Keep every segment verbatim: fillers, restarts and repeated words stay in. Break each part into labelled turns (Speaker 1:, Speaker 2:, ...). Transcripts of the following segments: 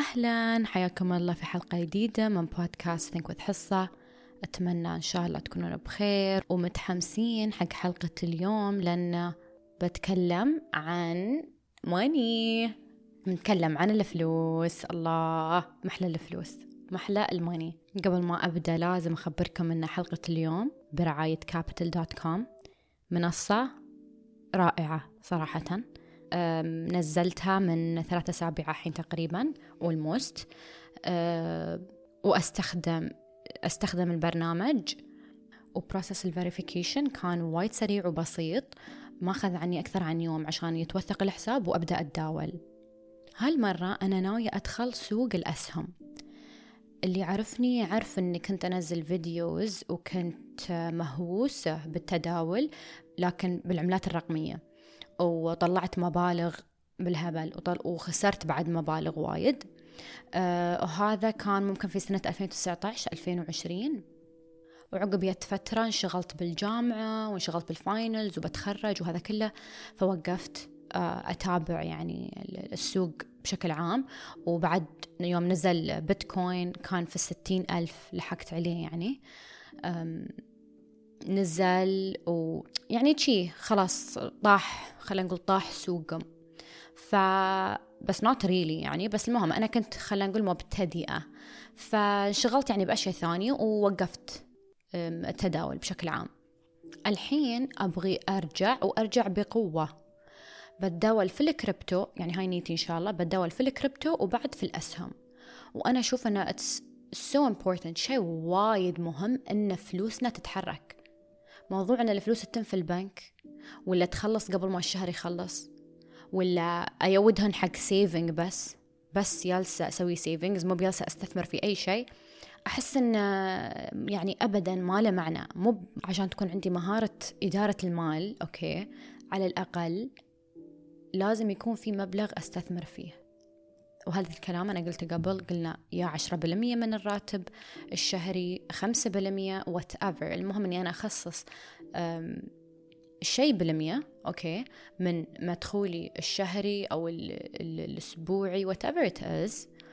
Speaker 1: أهلا، حياكم الله في حلقة جديدة من بودكاست Think with حصة. أتمنى إن شاء الله تكونون بخير ومتحمسين حق حلقة اليوم، لأن بتكلم عن ماني بنتكلم عن الفلوس. الله، محلى الفلوس، محلى الماني. قبل ما أبدأ لازم أخبركم أن حلقة اليوم برعاية كابيتال دوت كوم، منصة رائعة صراحةً. نزلتها من ثلاثة أسابيع الحين تقريبا والموست، أه وأستخدم أستخدم البرنامج، وبروسس الفيريفيكيشن كان وايد سريع وبسيط، ما أخذ عني أكثر عن يوم عشان يتوثق الحساب وأبدأ أتداول. هالمرة أنا ناوية أدخل سوق الأسهم. اللي عرفني عرف أني كنت أنزل فيديوز وكنت مهووسة بالتداول، لكن بالعملات الرقمية، وطلعت مبالغ بالهبل وطل... وخسرت بعد مبالغ وايد. آه وهذا كان ممكن في سنة ألفين وتسعة عشر ألفين وعشرين، وعقب يت فترة انشغلت بالجامعة وانشغلت بالفاينلز وبتخرج وهذا كله، فوقفت آه أتابع يعني السوق بشكل عام. وبعد يوم نزل بيتكوين كان في الستين ألف لحقت عليه يعني، نزل ويعني شي خلاص طاح، خلينا نقول طاح سوقهم. ف بس not really يعني، بس المهم أنا كنت خلينا نقول مبتدئة، فانشغلت يعني بأشياء ثانية ووقفت التداول بشكل عام. الحين أبغي أرجع وأرجع بقوة، بتداول في الكريبتو، يعني هاي نيتي إن شاء الله، بتداول في الكريبتو وبعد في الأسهم. وأنا أشوف أنه it's so important، شيء وايد مهم أن فلوسنا تتحرك. موضوع أن الفلوس تتم في البنك، ولا تخلص قبل ما الشهر يخلص، ولا أيودهن حق سيفينج بس بس يالسا أسوي سيفينجز، مو بيالسا أستثمر في أي شيء. أحس أن يعني أبدا ما له معنى. مو عشان تكون عندي مهارة إدارة المال، أوكي، على الأقل لازم يكون في مبلغ أستثمر فيه. وهذا الكلام أنا قلت قبل، قلنا يا عشرة بالمية من الراتب الشهري، خمسة بالمية whatever، المهم أني أنا أخصص شيء بالمية أوكي من مدخولي الشهري أو ال ال الأسبوعي whatever it is،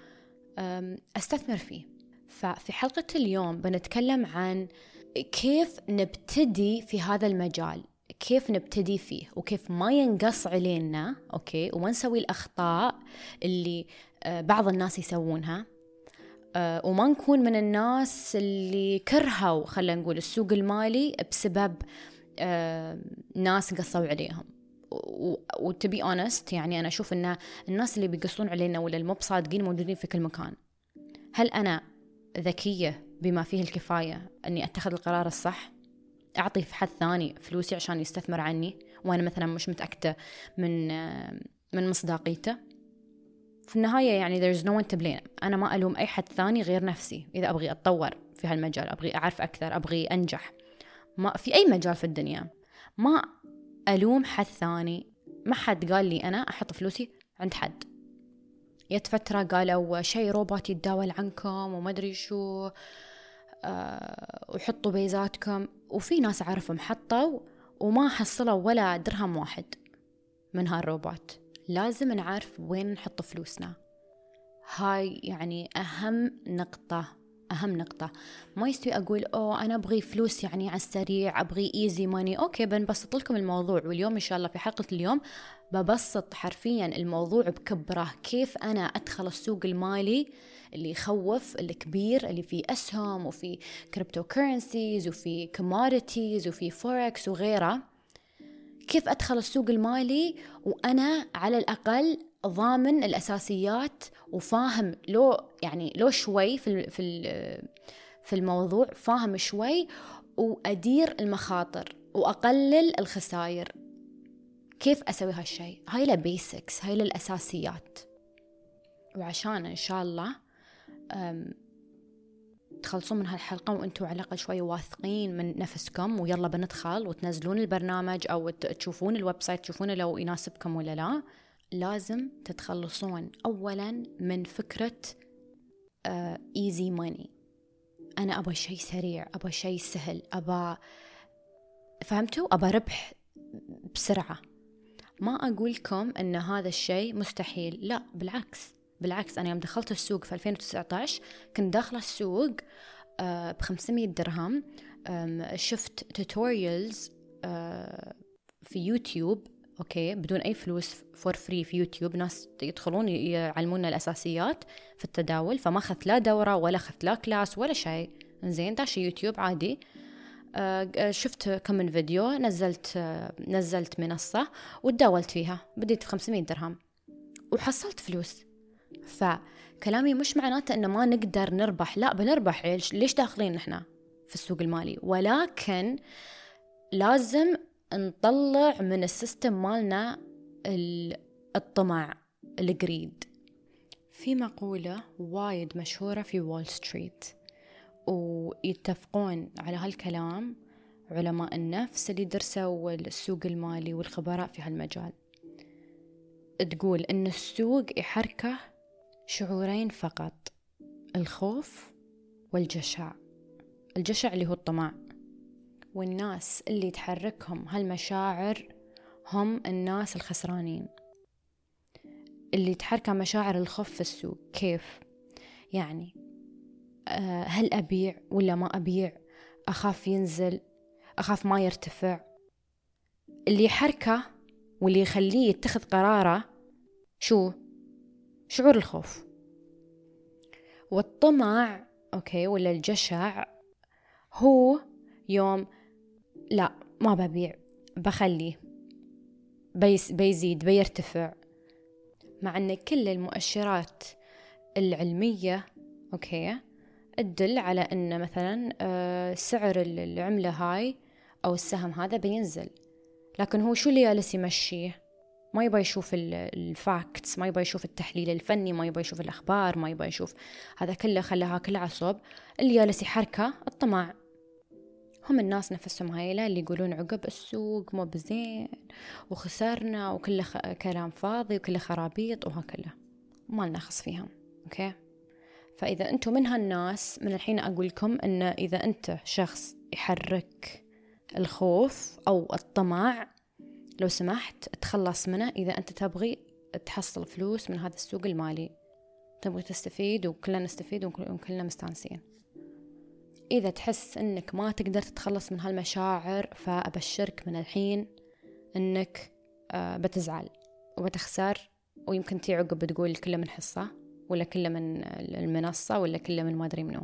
Speaker 1: أستثمر فيه. ففي حلقة اليوم بنتكلم عن كيف نبتدي في هذا المجال، كيف نبتدي فيه، وكيف ما ينقص علينا أوكي، وما نسوي الأخطاء اللي بعض الناس يسوونها، وما نكون من الناس اللي كرهوا خلينا نقول السوق المالي بسبب ناس قصوا عليهم. وتبي honest يعني أنا أشوف أن الناس اللي بيقصون علينا ولا المو بصادقين موجودين في كل مكان. هل أنا ذكية بما فيه الكفاية أني أتخذ القرار الصح؟ أعطي في حد ثاني فلوسي عشان يستثمر عني وأنا مثلا مش متأكدة من من مصداقيته؟ في النهاية يعني there's no one to blame. أنا ما ألوم أي حد ثاني غير نفسي. إذا أبغي أتطور في هالمجال، أبغي أعرف أكثر، أبغي أنجح ما في أي مجال في الدنيا، ما ألوم حد ثاني. ما حد قال لي أنا أحط فلوسي عند حد. يت فترة قالوا شيء روبوت يتداول عنكم وما أدري شو، أه وحطوا بيزاتكم، وفي ناس عارفهم حطوا وما حصلوا ولا درهم واحد من هالروبوت. لازم نعرف وين نحط فلوسنا. هاي يعني أهم نقطة، أهم نقطة. ما يستوي أقول أوه أنا أبغي فلوس يعني على السريع، أبغي إيزي ماني. أوكي، بنبسط لكم الموضوع، واليوم إن شاء الله في حلقة اليوم ببسط حرفيا الموضوع بكبره. كيف أنا أدخل السوق المالي اللي يخوف الكبير، اللي فيه أسهم وفي كريبتو كورنسيز وفي كوموديتيز وفي فوركس وغيره. كيف أدخل السوق المالي وأنا على الأقل ضامن الأساسيات وفاهم لو يعني لو شوي في في في الموضوع، فاهم شوي، وأدير المخاطر وأقلل الخسائر. كيف أسوي هالشيء؟ هاي له بيسكس، هاي له الأساسيات. وعشان إن شاء الله تخلصون من هالحلقة وأنتوا على الأقل شوي واثقين من نفسكم، ويلا بندخل وتنزلون البرنامج أو تشوفون الويب سايت تشوفون لو يناسبكم ولا لا. لازم تتخلصون أولا من فكرة uh, easy money. أنا أبغى شيء سريع، أبغى شيء سهل، أبغى فهمتوا، أبغى ربح بسرعة. ما أقولكم أن هذا الشيء مستحيل، لا بالعكس، بالعكس أنا يوم دخلت السوق في ألفين وتسعة عشر كنت داخلة السوق بخمسمية درهم. شفت توتوريالز في يوتيوب، أوكي، بدون أي فلوس، فور فري في يوتيوب، ناس يدخلون يعلمونا الأساسيات في التداول. فما أخذت لا دورة ولا أخذت لا كلاس ولا شيء، زين، داش يوتيوب عادي. شفت كم من فيديو، نزلت نزلت منصة وتداولت فيها، بديت في خمسمية درهم وحصلت فلوس. فكلامي مش معناته إنه ما نقدر نربح، لا بنربح، ليش داخلين نحنا في السوق المالي، ولكن لازم نطلع من السيستم مالنا الطمع، الجريد. في مقولة وايد مشهورة في وول ستريت ويتفقون على هالكلام علماء النفس اللي درسوا السوق المالي والخبراء في هالمجال، تقول إن السوق يحركه شعورين فقط، الخوف والجشع. الجشع اللي هو الطمع، والناس اللي تحركهم هالمشاعر هم الناس الخسرانين. اللي تحرك مشاعر الخوف في السوق كيف؟ يعني أه هل أبيع ولا ما أبيع؟ أخاف ينزل، أخاف ما يرتفع. اللي يحركه واللي يخليه يتخذ قراره شو؟ شعور الخوف. والطمع أوكي ولا الجشع هو يوم لا ما ببيع، بخليه بيس بيزيد بيرتفع، مع أن كل المؤشرات العلمية أوكي تدل على أن مثلا سعر العملة هاي أو السهم هذا بينزل، لكن هو شو اللي جالس يمشيه؟ ما يبغى يشوف الفاكتس، ما يبغى يشوف التحليل الفني، ما يبغى يشوف الأخبار، ما يبغى يشوف هذا كله، خلاها كل عصب. اللي جالس يحركه الطمع. هم الناس نفسهم هايلة اللي يقولون عقب السوق مو بزين وخسرنا وكله خ... كلام فاضي وكله خرابيط وهكذا، ما نخص فيهم. أوكي، فإذا أنتم من هالناس، من الحين أقول لكم أن إذا أنت شخص يحرك الخوف أو الطمع، لو سمحت تخلص منه. إذا أنت تبغي تحصل فلوس من هذا السوق المالي، تبغي تستفيد وكلنا نستفيد وكلنا مستانسين. إذا تحس أنك ما تقدر تتخلص من هالمشاعر، فأبشرك من الحين أنك بتزعل وبتخسر، ويمكن تعقب بتقول كله من حصة ولا كله من المنصة ولا كله من ما أدري منو.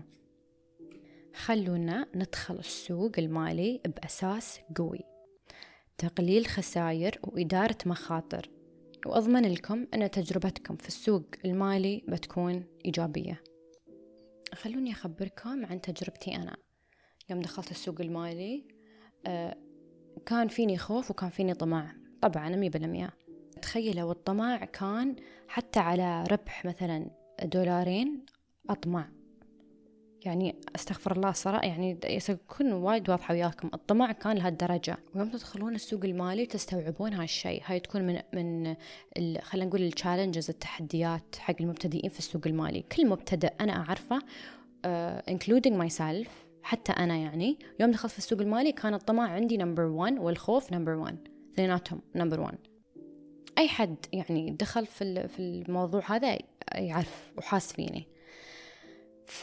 Speaker 1: خلونا ندخل السوق المالي بأساس قوي، تقليل خسائر وإدارة مخاطر، وأضمن لكم أن تجربتكم في السوق المالي بتكون إيجابية. خلوني أخبركم عن تجربتي أنا. يوم دخلت السوق المالي آه كان فيني خوف وكان فيني طمع، طبعا مية بالمية. تخيلوا الطمع كان حتى على ربح مثلا دولارين أطمع، يعني استغفر الله صراحة، يعني يكون وايد واضحة وياكم، الطمع كان لهالدرجة. ويوم تدخلون السوق المالي تستوعبون هالشيء. هاي تكون من من خلينا نقول التشالنجز، التحديات حق المبتدئين في السوق المالي. كل مبتدئ أنا أعرفه uh, including myself، حتى أنا يعني يوم دخلت في السوق المالي كان الطمع عندي number one والخوف number one، اثنيناتهم number one. أي حد يعني دخل في في الموضوع هذا يعرف وحاس فيني. ف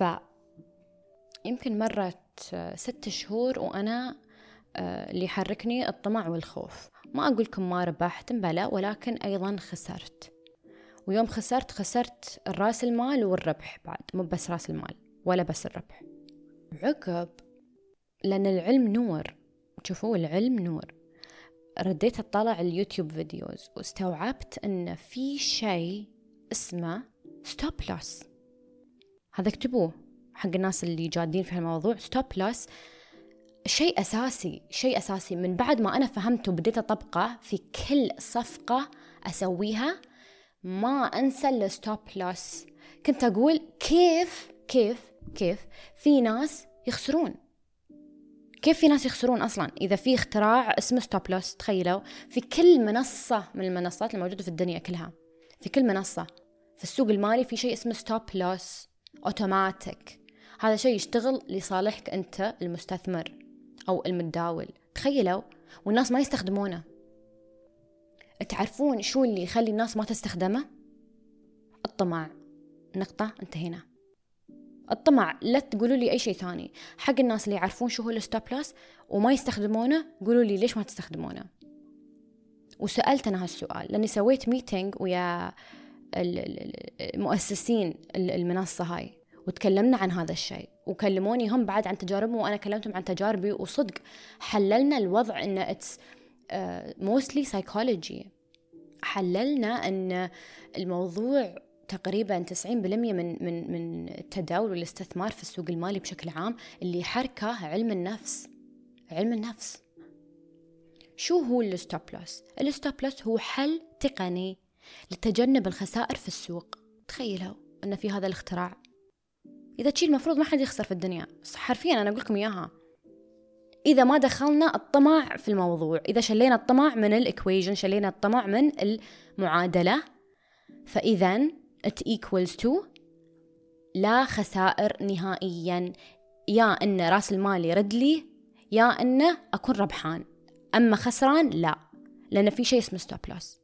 Speaker 1: يمكن مرت ست شهور وأنا اللي يحركني الطمع والخوف. ما أقولكم ما ربحت بلا، ولكن أيضا خسرت. ويوم خسرت خسرت الرأس المال والربح بعد، مو بس رأس المال ولا بس الربح. عقب لأن العلم نور، تشوفوا العلم نور، رديت أطلع اليوتيوب فيديوز واستوعبت أن في شيء اسمه ستوب لوس. هذا اكتبوه حق الناس اللي جادين في هالموضوع. ستوب لوس شيء أساسي، شيء أساسي. من بعد ما أنا فهمته بديت أطبقه في كل صفقة أسويها، ما أنسى الستوب لوس. كنت أقول كيف كيف كيف في ناس يخسرون، كيف في ناس يخسرون أصلا إذا في اختراع اسمه ستوب لوس. تخيلوا في كل منصة من المنصات الموجودة في الدنيا كلها، في كل منصة في السوق المالي في شيء اسمه ستوب لوس أوتوماتيك. هذا شيء يشتغل لصالحك أنت المستثمر أو المتداول. تخيلوا، والناس ما يستخدمونه. تعرفون شو اللي يخلي الناس ما تستخدمه؟ الطمع. نقطة، انتهينا. الطمع لا تقولوا لي أي شيء ثاني. حق الناس اللي يعرفون شو هو الستوب لوس وما يستخدمونه، قولوا لي ليش ما تستخدمونه. وسألت أنا هالسؤال لأني سويت ميتينج ويا المؤسسين المنصة هاي، وتكلمنا عن هذا الشيء، وكلموني هم بعد عن تجاربهم وأنا كلمتهم عن تجاربي، وصدق حللنا الوضع إنه it's uh, mostly psychology. حللنا أن الموضوع تقريبا تسعين بالمئة من من من التداول والاستثمار في السوق المالي بشكل عام اللي حركه علم النفس. علم النفس. شو هو الستوب لوس؟ الستوب لوس هو حل تقني لتجنب الخسائر في السوق. تخيلوا أن في هذا الاختراع إذا تشيل المفروض ما حد يخسر في الدنيا، حرفيا أنا أقول لكم إياها. إذا ما دخلنا الطمع في الموضوع، إذا شلينا الطمع من الإكويجن، شلينا الطمع من المعادلة، فإذا it equals to لا خسائر نهائيا. يا أن رأس المال يرد لي، يا أن أكون ربحان. أما خسران لا، لأن في شيء اسمه ستوب لوس.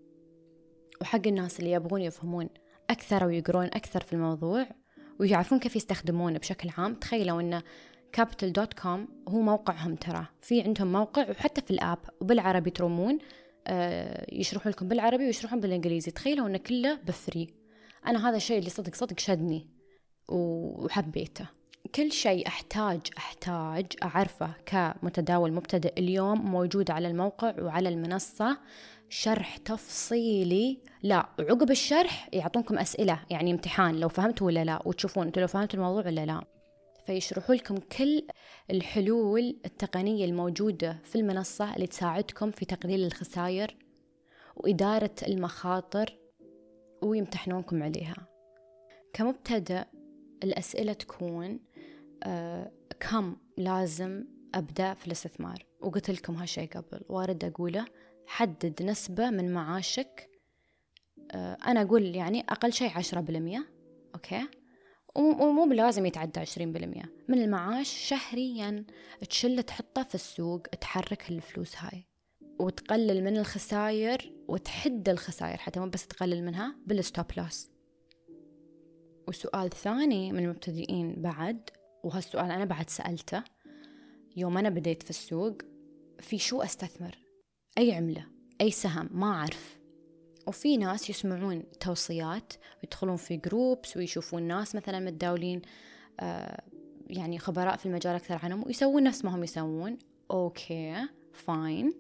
Speaker 1: وحق الناس اللي يبغون يفهمون أكثر ويقرون أكثر في الموضوع ويعرفون كيف يستخدمونه بشكل عام، تخيلوا أن كابيتال دوت كوم هو موقعهم، ترى في عندهم موقع وحتى في الآب وبالعربي ترومون يشرحوا لكم بالعربي ويشرحون بالإنجليزي. تخيلوا أنه كله بفري. أنا هذا الشيء اللي صدق صدق شدني وحبيته. كل شيء أحتاج أحتاج أعرفه كمتداول مبتدئ اليوم موجود على الموقع وعلى المنصة، شرح تفصيلي. لا، وعقب الشرح يعطونكم أسئلة، يعني امتحان لو فهمتوا ولا لا، وتشوفون أنتوا لو فهمتوا الموضوع ولا لا. فيشرحوا لكم كل الحلول التقنية الموجودة في المنصة اللي تساعدكم في تقليل الخسائر وإدارة المخاطر، ويمتحنونكم عليها. كمبتدئ الأسئلة تكون آه كم لازم أبدأ في الاستثمار، وقلت لكم هالشي قبل وارد أقوله. حدد نسبة من معاشك، آه أنا أقول يعني أقل شيء عشرة بالمية، أوكي، ومو بلازم يتعدى عشرين بالمية من المعاش شهريا تشل تحطه في السوق، تحرك الفلوس هاي وتقلل من الخسائر وتحد الخسائر، حتى مو بس تقلل منها بالستوب لوس. وسؤال ثاني من المبتدئين بعد، وهالسؤال أنا بعد سألته يوم أنا بديت في السوق، في شو أستثمر، أي عملة، أي سهم، ما أعرف. وفي ناس يسمعون توصيات ويدخلون في جروبس ويشوفون ناس مثلا متداولين آه يعني خبراء في المجال أكثر عنهم ويسوون نفس ما هم يسوون. أوكي فاين،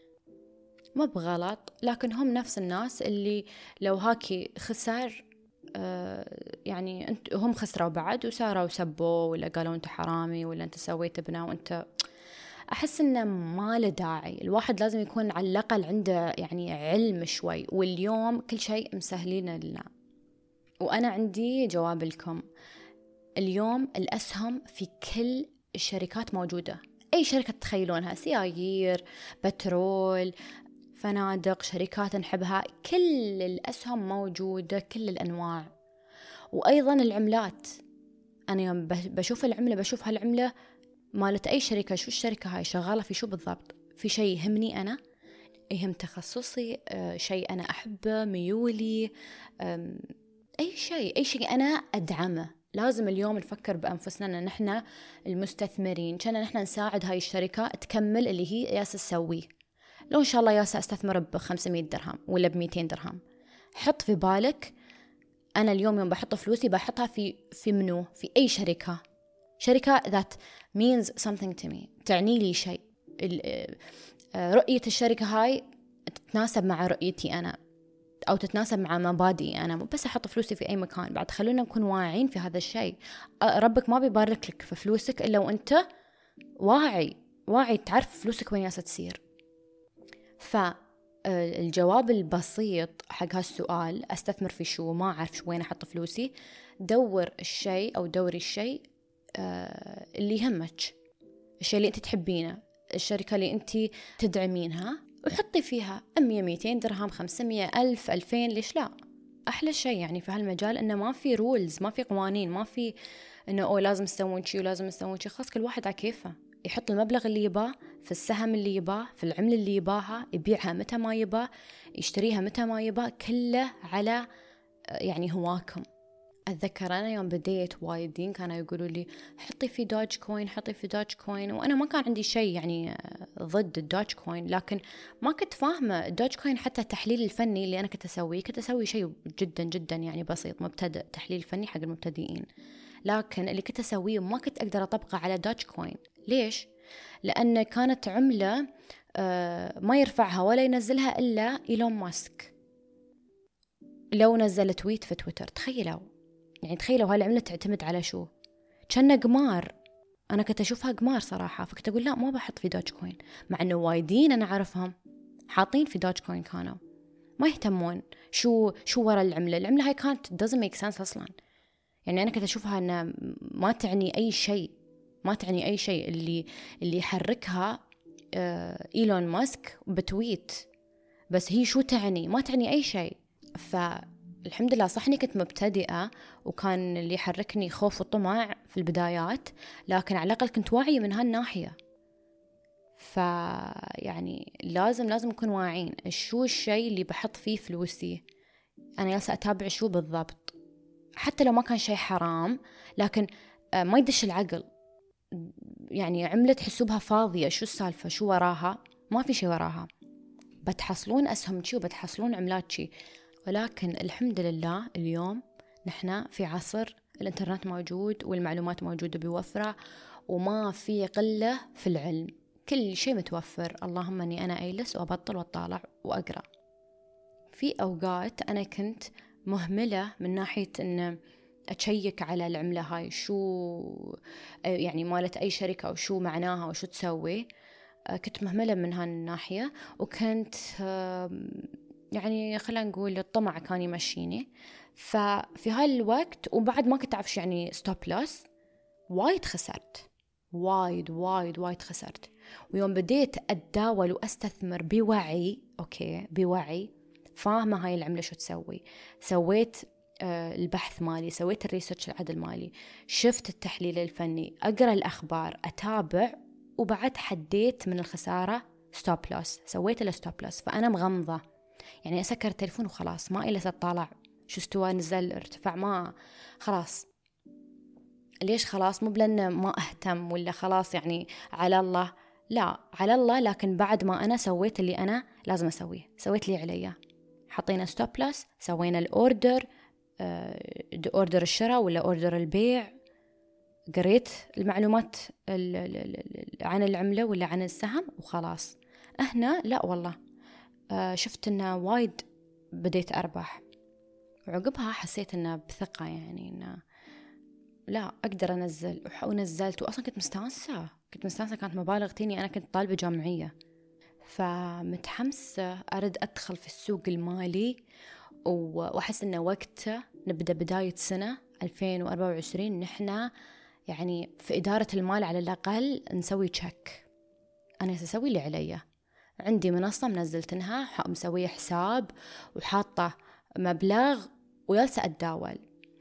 Speaker 1: ما بغلط، لكن هم نفس الناس اللي لو هاكي خسر آه يعني انت هم خسروا بعد وساروا وسبوا ولا قالوا انت حرامي ولا انت سويت ابنه وانت. أحس إنه ما له داعي. الواحد لازم يكون على الأقل عنده يعني علم شوي، واليوم كل شيء مسهلين لنا. وأنا عندي جواب لكم. اليوم الأسهم في كل الشركات موجودة، أي شركة تتخيلونها، سيايير، بترول، فنادق، شركات نحبها، كل الأسهم موجودة، كل الأنواع. وأيضا العملات، أنا يوم بشوف العملة بشوف هالعملة مالت أي شركة، شو الشركة هاي شغالة في شو بالضبط، في شيء يهمني أنا، يهم تخصصي، آه شيء أنا أحبه، ميولي، أي شيء أي شيء أنا أدعمه. لازم اليوم نفكر بأنفسنا أن نحن المستثمرين كنا نحن نساعد هاي الشركة تكمل اللي هي ياسا تسويه. لو إن شاء الله ياسا أستثمر بخمسمية درهم ولا بميتين درهم، حط في بالك أنا اليوم يوم بحط فلوسي بحطها في في منو، في أي شركة، شركة that means something to me، تعني لي شيء. رؤية الشركة هاي تتناسب مع رؤيتي أنا أو تتناسب مع مبادئي أنا، مو بس أحط فلوسي في أي مكان. بعد خلونا نكون واعيين في هذا الشيء. ربك ما بيبارك لك في فلوسك إلا وأنت واعي واعي تعرف فلوسك وين ياسا تسير. فالجواب البسيط حق هالسؤال، أستثمر في شو، ما أعرف شو وين أحط فلوسي، دور الشيء أو دوري الشيء اللي يهمك، الشيء اللي أنت تحبينه، الشركة اللي أنت تدعمينها، وحطي فيها مية ميتين درهم، خمسمية ألف ألفين، ليش لا؟ أحلى شيء يعني في هالمجال إنه ما في رولز، ما في قوانين، ما في إنه أو لازم تسوون شيء ولازم تسوون شيء. خلاص كل واحد على كيفه يحط المبلغ اللي يباه في السهم اللي يباه في العملة اللي يباها، يبيعها متى ما يباه، يشتريها متى ما يباه، كله على يعني هواكم. أتذكر أنا يوم بديت وايدين كانوا يقولوا لي حطي في دوج كوين حطي في دوج كوين، وأنا ما كان عندي شيء يعني ضد الدوج كوين، لكن ما كنت فاهمة الدوج كوين. حتى التحليل الفني اللي أنا كنت أسويه كنت أسوي شيء جدا جدا يعني بسيط مبتدئ، تحليل فني حق المبتدئين، لكن اللي كنت أسويه ما كنت أقدر أطبقه على دوج كوين. ليش؟ لأن كانت عملة ما يرفعها ولا ينزلها إلا إيلون ماسك. لو نزل تويت في تويتر، تخيلوا يعني تخيلوا هالعملة تعتمد على شو؟ كان قمار. أنا كنت أشوفها قمار صراحة، فكنت أقول لا ما بحط في دوج كوين، مع أنه وايدين أنا أعرفهم حاطين في دوج كوين كانوا ما يهتمون شو شو ورا العملة. العملة هاي كانت doesn't make sense أصلا. يعني أنا كنت أشوفها أن ما تعني أي شيء، ما تعني أي شيء. اللي اللي يحركها آه إيلون ماسك بتويت، بس هي شو تعني؟ ما تعني أي شيء. فالحمد لله صحني كنت مبتدئة، وكان اللي يحركني خوف وطمع في البدايات، لكن على الأقل كنت واعية من هالناحية. فيعني لازم لازم نكون واعين شو الشيء اللي بحط فيه فلوسي، أنا جالسة أتابع شو بالضبط. حتى لو ما كان شيء حرام، لكن ما يدش العقل. يعني عملة حسوبها فاضية، شو السالفة؟ شو وراها؟ ما في شيء وراها. بتحصلون أسهم شي وبتحصلون عملات شي. ولكن الحمد لله اليوم نحن في عصر الانترنت موجود والمعلومات موجودة بوفرة، وما في قلة في العلم، كل شيء متوفر. اللهم أني أنا أجلس وأبطل وأطالع وأقرأ. في أوقات أنا كنت مهملة من ناحية أن أتشيك على العملة هاي شو يعني مالت أي شركة أو شو معناها وشو تسوي. كنت مهملة من هالناحية، وكنت يعني خلينا نقول الطمع كان يمشيني. ففي هالوقت وبعد ما كنت أعرف يعني ستوب لوس، وايد خسرت وايد وايد وايد خسرت. ويوم بديت أتداول وأستثمر بوعي، أوكي بوعي، فاهمة هاي العملة شو تسوي، سويت آه البحث مالي، سويت الريسيرش العدل مالي، شفت التحليل الفني، أقرأ الأخبار، أتابع، وبعد حديت من الخسارة ستوب لوس، سويت له ستوب لوس. فأنا مغمضة يعني أسكر التليفون وخلاص، ما إلا أطالع شو استوى نزل ارتفع، ما خلاص. ليش خلاص؟ مو بلن ما أهتم ولا خلاص يعني على الله، لا على الله، لكن بعد ما أنا سويت اللي أنا لازم أسويه، سويت لي عليا، حطينا ستوب لوس، سوينا الأوردر، أوردر الشراء ولا أوردر البيع، قريت المعلومات عن العملة ولا عن السهم وخلاص. هنا لا والله شفت إنه وايد بديت أربح، وعقبها حسيت إنه بثقة، يعني إنه لا أقدر أنزل، ونزلت. وأصلا كنت مستانسة كنت مستانسة كانت مبالغ تيني، أنا كنت طالبة جامعية، فمتحمسة أرد أدخل في السوق المالي، وأحس إنه وقته نبدأ بداية سنة ألفين وأربعة وعشرين نحنا يعني في إدارة المال على الأقل نسوي تشك. أنا سأسوي اللي عليا، عندي منصة منزلتنها مسوية حساب وحاطة مبلغ ويالسة أتداول.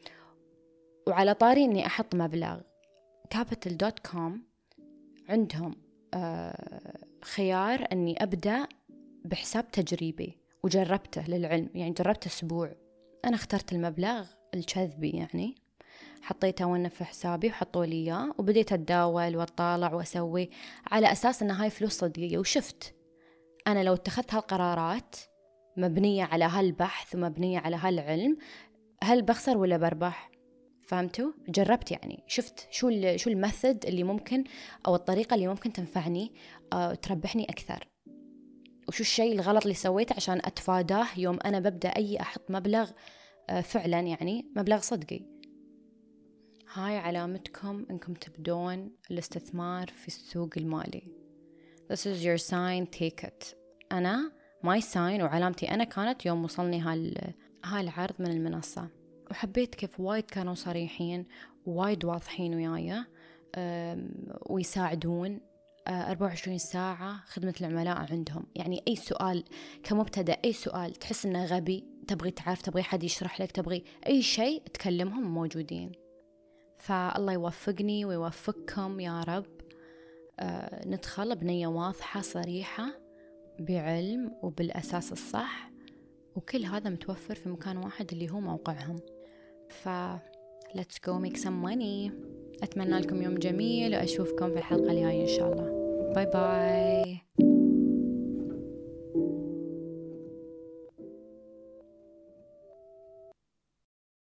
Speaker 1: وعلى طاري أني أحط مبلغ، كابيتال دوت كوم عندهم آه خيار أني أبدأ بحساب تجريبي، وجربته للعلم، يعني جربته أسبوع. أنا اخترت المبلغ الكذبي، يعني حطيته وانا في حسابي وحطوا لي اياه، وبديت اتداول واطالع واسوي على اساس ان هاي فلوس صدقيه. وشفت انا لو اتخذت هالقرارات مبنيه على هالبحث ومبنيه على هالعلم، هل بخسر ولا بربح؟ فهمتوا؟ جربت يعني، شفت شو شو الميثود اللي ممكن او الطريقه اللي ممكن تنفعني أو تربحني اكثر، وشو الشيء الغلط اللي سويته عشان اتفاداه يوم انا ببدا اي احط مبلغ فعلا يعني مبلغ صدقي. هاي علامتكم انكم تبدون الاستثمار في السوق المالي. This is your sign, take it. أنا my sign وعلامتي أنا كانت يوم وصلني هال هالعرض من المنصة، وحبيت كيف وايد كانوا صريحين وايد واضحين وياي ويساعدون. أربعة وعشرين ساعة خدمة العملاء عندهم، يعني أي سؤال كمبتدأ، أي سؤال تحس إنه غبي، تبغي تعرف، تبغي حد يشرح لك، تبغي أي شيء تكلمهم، موجودين. فالله يوفقني ويوفقكم يا رب. آه ندخل بنية واضحة صريحة بعلم وبالأساس الصح، وكل هذا متوفر في مكان واحد اللي هو موقعهم. ف let's go make some money. أتمنى لكم يوم جميل وأشوفكم في الحلقة الجاية إن شاء الله. باي باي.